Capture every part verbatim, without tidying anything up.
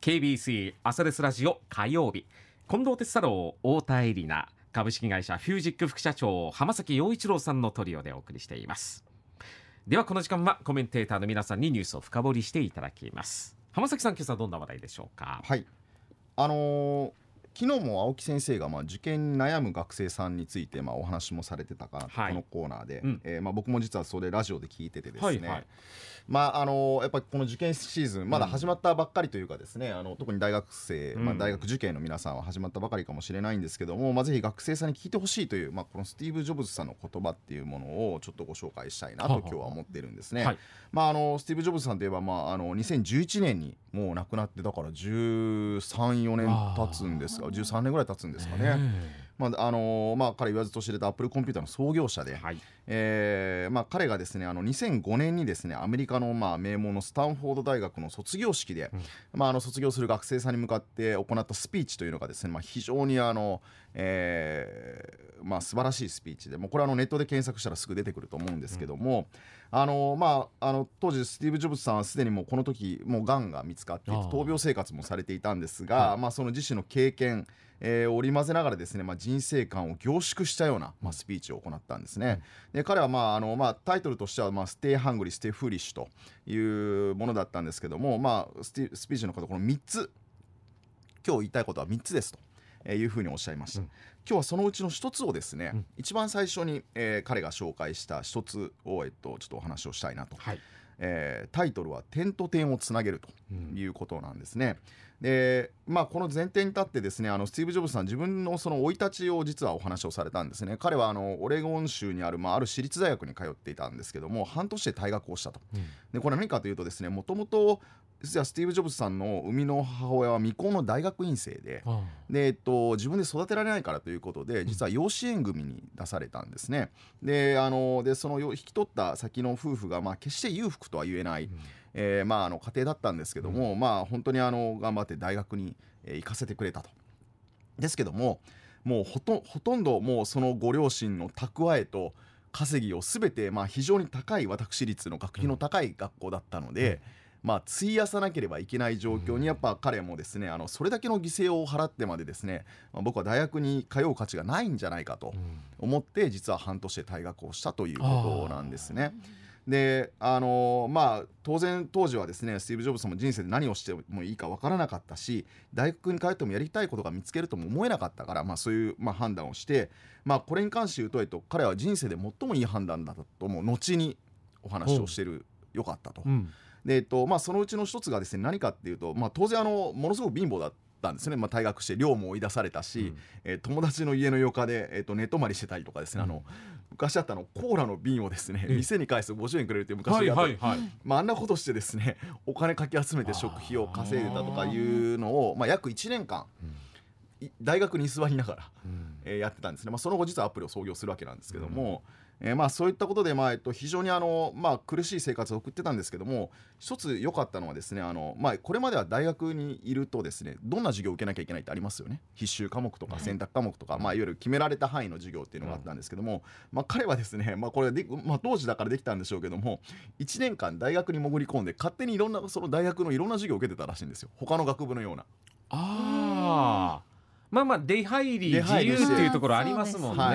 ケービーシー 朝ですラジオ火曜日、近藤哲太郎、太田恵里奈、株式会社フュージック副社長浜崎陽一郎さんのトリオでお送りしています。ではこの時間はコメンテーターの皆さんにニュースを深掘りしていただきます。浜崎さん、今朝どんな話題でしょうか。 はい、あのー昨日も青木先生がまあ受験に悩む学生さんについてまあお話もされてたかなと、 はい、 このコーナーで、 うんえーまあ、僕も実はそれラジオで聞いててですね、 はいはい、 まああのーやっぱりこの受験シーズンまだ始まったばっかりというかですね、うん、あの特に大学生、まあ、大学受験の皆さんは始まったばかりかもしれないんですけども、まあ、ぜひ学生さんに聞いてほしいという、まあ、このスティーブ・ジョブズさんの言葉っていうものをちょっとご紹介したいなと今日は思ってるんですね。はい、まあ、あのスティーブ・ジョブズさんといえば、まあ、あのにせんじゅういちねんにもう亡くなってだからじゅうさん、よねん経つんですが、じゅうさんねんぐらい経つんですかね。まああのーまあ、彼言わずと知れたアップルコンピューターの創業者で、はい、えーまあ、彼がですねあのにせんごねんにですねアメリカのまあ名門のスタンフォード大学の卒業式で、うん、まあ、あの卒業する学生さんに向かって行ったスピーチというのがですね、まあ、非常にあの、えーまあ、素晴らしいスピーチで、もうこれはあのネットで検索したらすぐ出てくると思うんですけども、うん、あのまあ、あの当時スティーブ・ジョブズさんはすでにもうこの時もうがんが見つかっていて闘病生活もされていたんですが、はい、まあ、その自身の経験、えー、織り交ぜながらですね、まあ、人生観を凝縮したような、まあ、スピーチを行ったんですね。うん、で彼は、まああのまあ、タイトルとしては、まあ、ステイハングリーステイフーリッシュというものだったんですけども、まあ、ス, ティスピーチの方このみっつ、今日言いたいことはみっつですというふうにおっしゃいました。うん、今日はそのうちのひとつをですね、うん、一番最初に、えー、彼が紹介したひとつを、えっと、ちょっとお話をしたいなと。はい、えー、タイトルは点と点をつなげるということなんですね。うん、でまあ、この前提に立ってですねあのスティーブ・ジョブズさん自分のその生い立ちを実はお話をされたんですね。彼はあのオレゴン州にある、まあ、ある私立大学に通っていたんですけども、半年で退学をしたと。うん、でこれは何かというとですね、もともと実はスティーブ・ジョブズさんの生みの母親は未婚の大学院生で、ああで、えっと、自分で育てられないからということで実は養子縁組に出されたんですね。であのでその引き取った先の夫婦が、まあ、決して裕福とは言えない、うん、えーまあ、あの家庭だったんですけども、うん、まあ、本当にあの頑張って大学に、えー、行かせてくれたと。ですけどももうほと、ほとんどもうそのご両親の蓄えと稼ぎをすべて、まあ、非常に高い私立の学費の高い学校だったので、うん、まあ、費やさなければいけない状況にやっぱ彼もですねあのそれだけの犠牲を払ってまでですね、まあ、僕は大学に通う価値がないんじゃないかと思って実は半年で退学をしたということなんですね。であのーまあ、当然当時はですねスティーブ・ジョブズさんも人生で何をしてもいいか分からなかったし、大学に通ってもやりたいことが見つけるとも思えなかったから、まあ、そういう、まあ、判断をして、まあ、これに関して言うと、えっと、彼は人生で最もいい判断だったともう後にお話をしてるよかったと。うん、でえっとまあ、そのうちの一つがですね何かっていうと、まあ、当然あのものすごく貧乏だったんですね。まあ、退学して寮も追い出されたし、うん、えー、友達の家の床で、えー、と寝泊まりしてたりとかですね、うん、あの昔あったのコーラの瓶をですね、店に返すごじゅうえんくれるっていう昔があって、はいはいはい、まあ、あんなことしてですねお金かき集めて食費を稼いでたとかいうのを、まあ、約いちねんかん、うん、大学に居座りながら、うん、えー、やってたんですね。まあ、その後実はアップルを創業するわけなんですけども、うん、えーまあ、そういったことで、まあえっと、非常にあの、まあ、苦しい生活を送ってたんですけども、一つ良かったのはですねあの、まあ、これまでは大学にいるとですねどんな授業を受けなきゃいけないってありますよね。必修科目とか選択科目とか、うん、まあ、いわゆる決められた範囲の授業っていうのがあったんですけども、うん、まあ、彼はですね、まあ、これで、まあ、当時だからできたんでしょうけどもいちねんかん大学に潜り込んで勝手にいろんなその大学のいろんな授業を受けてたらしいんですよ、他の学部のような。 あーまあまあ出入り自由っていうところありますもんね。 はい、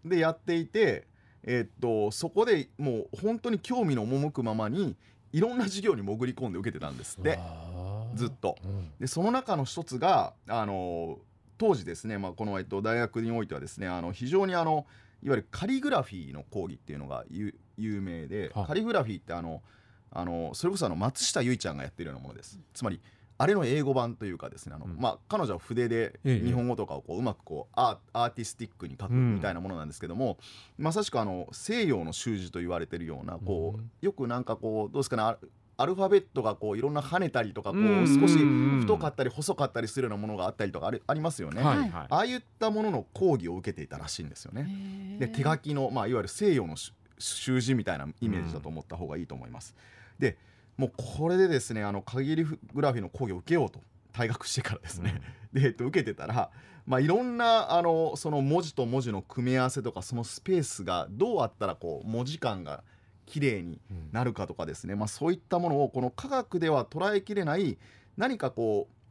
でやっていて、えー、っとそこでもう本当に興味の赴くままにいろんな授業に潜り込んで受けてたんですって、ずっと。でその中の一つがあの当時ですね、まあ、この、えっと、大学においてはですねあの非常にあのいわゆるカリグラフィーの講義っていうのが有名で、カリグラフィーってあのあのそれこそあの松下由依ちゃんがやってるようなものです。つまりあれの英語版というかですねあの、うん、まあ、彼女は筆で日本語とかをこううまくこうアー、アーティスティックに書くみたいなものなんですけども、うん、まさしくあの西洋の習字と言われてるようなこう、うん、よくなんかこうどうですかね、アルファベットがこういろんな跳ねたりとかこう少し太かったり細かったりするようなものがあったりとかあり、ありますよね、はいはい、ああいったものの講義を受けていたらしいんですよね。で手書きの、まあ、いわゆる西洋の習字みたいなイメージだと思った方がいいと思います。でもうこれでですねあのカリグラフィーの講義を受けようと退学してからですね、うん、で、えっと、受けてたら、まあ、いろんなあのその文字と文字の組み合わせとかそのスペースがどうあったらこう文字感が綺麗になるかとかですね、うん、まあ、そういったものをこの科学では捉えきれない何かこう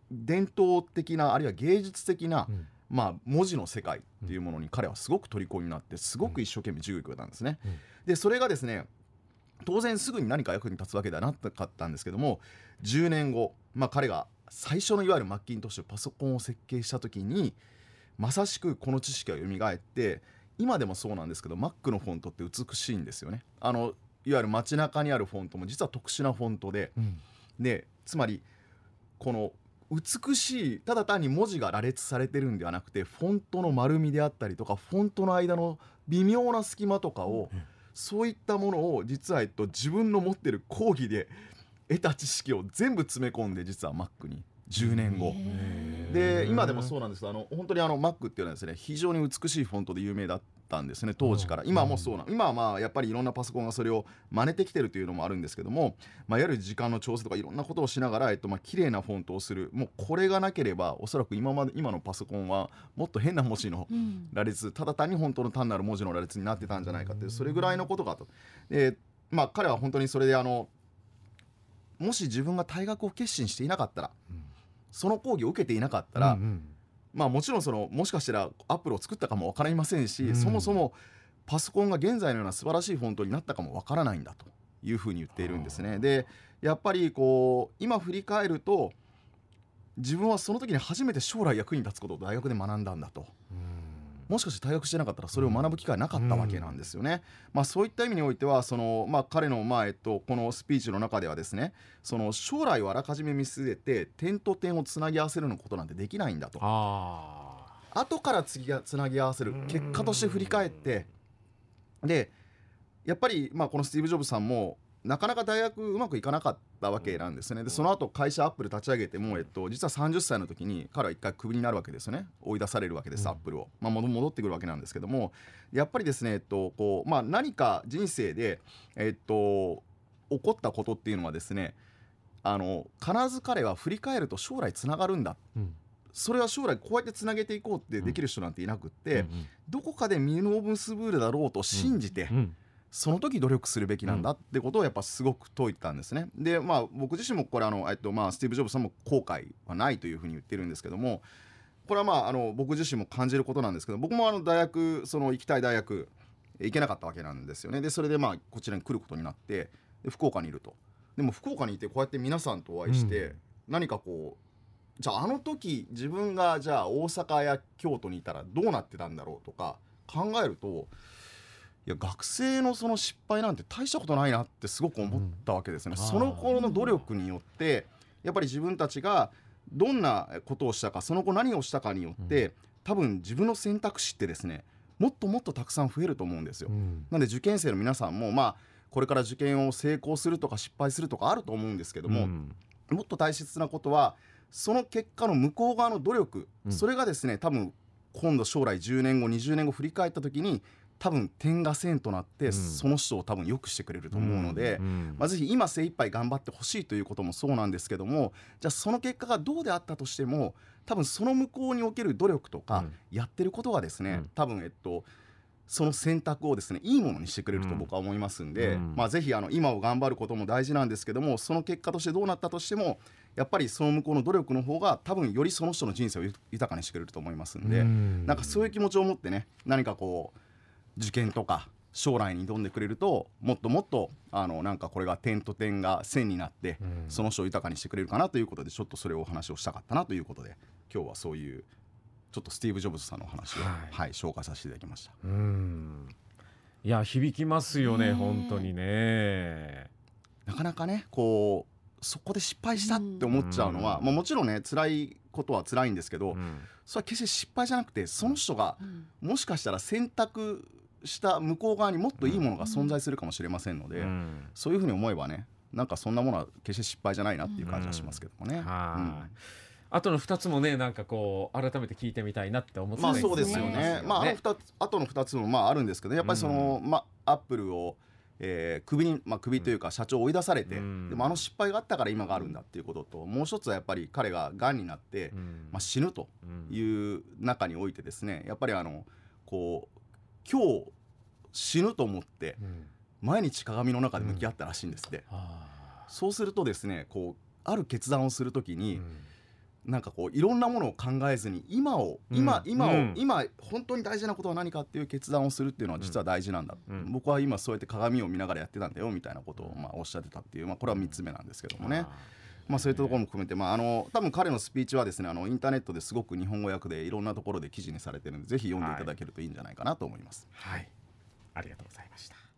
伝統的なあるいは芸術的な、 うんまあ、文字の世界っていうものに彼はすごく虜になってすごく一生懸命授業を受けたんですね、 うんでそれがですね当然すぐに何か役に立つわけではなかったんですけどもじゅうねんご、まあ、彼が最初のいわゆるマッキントッシュパソコンを設計した時にまさしくこの知識が蘇って今でもそうなんですけど Mac のフォントって美しいんですよね。あのいわゆる街中にあるフォントも実は特殊なフォントで、 うんでつまりこの美しいただ単に文字が羅列されてるんではなくてフォントの丸みであったりとかフォントの間の微妙な隙間とかを、 うんそういったものを実は、えっと、自分の持ってる講義で得た知識を全部詰め込んで実は Mac にじゅうねんごで今でもそうなんです。あの本当にあの Mac っていうのはですね非常に美しいフォントで有名だったんですね当時から。今はもうそうな今はまあやっぱりいろんなパソコンがそれを真似てきてるというのもあるんですけども、まあ、いわゆる時間の調整とかいろんなことをしながら、えっと、まあ綺麗なフォントをするもうこれがなければおそらく今まで今のパソコンはもっと変な文字の羅列ただ単に本当の単なる文字の羅列になってたんじゃないかっていうそれぐらいのことかと。でまあ彼は本当にそれであのもし自分が退学を決心していなかったらその講義を受けていなかったら、 うんうんまあもちろんそのもしかしたらアップルを作ったかもわかりませんし、 うんそもそもパソコンが現在のような素晴らしいフォントになったかもわからないんだというふうに言っているんですね。でやっぱりこう今振り返ると自分はその時に初めて将来役に立つことを大学で学んだんだと。もしかして退学してなかったらそれを学ぶ機会なかったわけなんですよね、うんまあ、そういった意味においてはその、まあ、彼の、まあえっと、このスピーチの中ではですねその将来をあらかじめ見据えて点と点をつなぎ合わせるのことなんてできないんだと。 あ後から次がつなぎ合わせる結果として振り返ってでやっぱり、まあ、このスティーブ・ジョブズさんもなかなか大学うまくいかなかったわけなんですね。でその後会社アップル立ち上げても、えっと、実はさんじゅっさいの時に彼は一回クビになるわけですよね。追い出されるわけです、 うんアップルを、まあ、戻戻ってくるわけなんですけどもやっぱりですね、えっとこうまあ、何か人生で、えっと、起こったことっていうのはですねあの必ず彼は振り返ると将来つながるんだうんそれは将来こうやってつなげていこうってできる人なんていなくって、 うんどこかで実を結ぶだろうと信じて、 うんその時努力するべきなんだってことをやっぱすごく説いたんですね。でまあ僕自身もこれあの、えっとまあ、スティーブ・ジョブズさんも後悔はないというふうに言ってるんですけどもこれはまああの僕自身も感じることなんですけど僕もあの大学その行きたい大学行けなかったわけなんですよね。でそれでまあこちらに来ることになってで福岡にいると。でも福岡にいてこうやって皆さんとお会いして、 うん何かこうじゃああの時自分がじゃあ大阪や京都にいたらどうなってたんだろうとか考えるといや学生のその失敗なんて大したことないなってすごく思ったわけですね、 うんその頃の努力によってやっぱり自分たちがどんなことをしたかその後何をしたかによって、うん、多分自分の選択肢ってですねもっともっとたくさん増えると思うんですよ、うん、なんで受験生の皆さんもまあこれから受験を成功するとか失敗するとかあると思うんですけども、うん、もっと大切なことはその結果の向こう側の努力、うん、それがですね多分今度将来じゅうねんごにじゅうねんご振り返った時に多分点が線となって、うん、その人を多分良くしてくれると思うので、うんうんまあ、ぜひ今精一杯頑張ってほしいということもそうなんですけどもじゃあその結果がどうであったとしても多分その向こうにおける努力とか、うん、やってることがですね、うん、多分えっとその選択をですねいいものにしてくれると僕は思いますんで、うんまあ、ぜひあの今を頑張ることも大事なんですけどもその結果としてどうなったとしてもやっぱりその向こうの努力の方が多分よりその人の人生を豊かにしてくれると思いますんで、うん、なんかそういう気持ちを持ってね何かこう受験とか将来に挑んでくれるともっともっとあのなんかこれが点と点が線になって、うん、その人を豊かにしてくれるかなということでちょっとそれをお話をしたかったなということで今日はそういうちょっとスティーブ・ジョブズさんのお話を、はいはい、紹介させていただきました。 うんいや響きますよね本当にね。 なかなかねこうそこで失敗したって思っちゃうのは、まあ、もちろんね辛いことは辛いんですけど、うん、それは決して失敗じゃなくてその人がもしかしたら選択した向こう側にもっといいものが存在するかもしれませんので、うん、そういうふうに思えばねなんかそんなものは決して失敗じゃないなっていう感じはしますけどもね、うんうんあとのふたつもねなんかこう改めて聞いてみたいなって思ってまあそうですよね。まああのふたつあとのふたつもまああるんですけどやっぱりその、うんまあ、アップルを、えー、首に、まあ、首というか社長を追い出されて、うん、でもあの失敗があったから今があるんだっていうことともう一つはやっぱり彼ががんになって、うんまあ、死ぬという中においてですねやっぱりあのこう今日死ぬと思って毎日鏡の中で向き合ったらしいんですって、うん、そうするとですねこうある決断をするときに、うんなんかこういろんなものを考えずに今を今、 うん今を、 うん今本当に大事なことは何かっていう決断をするっていうのは実は大事なんだ、 うん僕は今そうやって鏡を見ながらやってたんだよみたいなことをまあおっしゃってたっていう、まあ、これはみっつめなんですけどもね。まあ、そういったところも含めて、まあ、あの多分彼のスピーチはですねあのインターネットですごく日本語訳でいろんなところで記事にされてるのでぜひ読んでいただけるといいんじゃないかなと思います。 はい、ありがとうございました。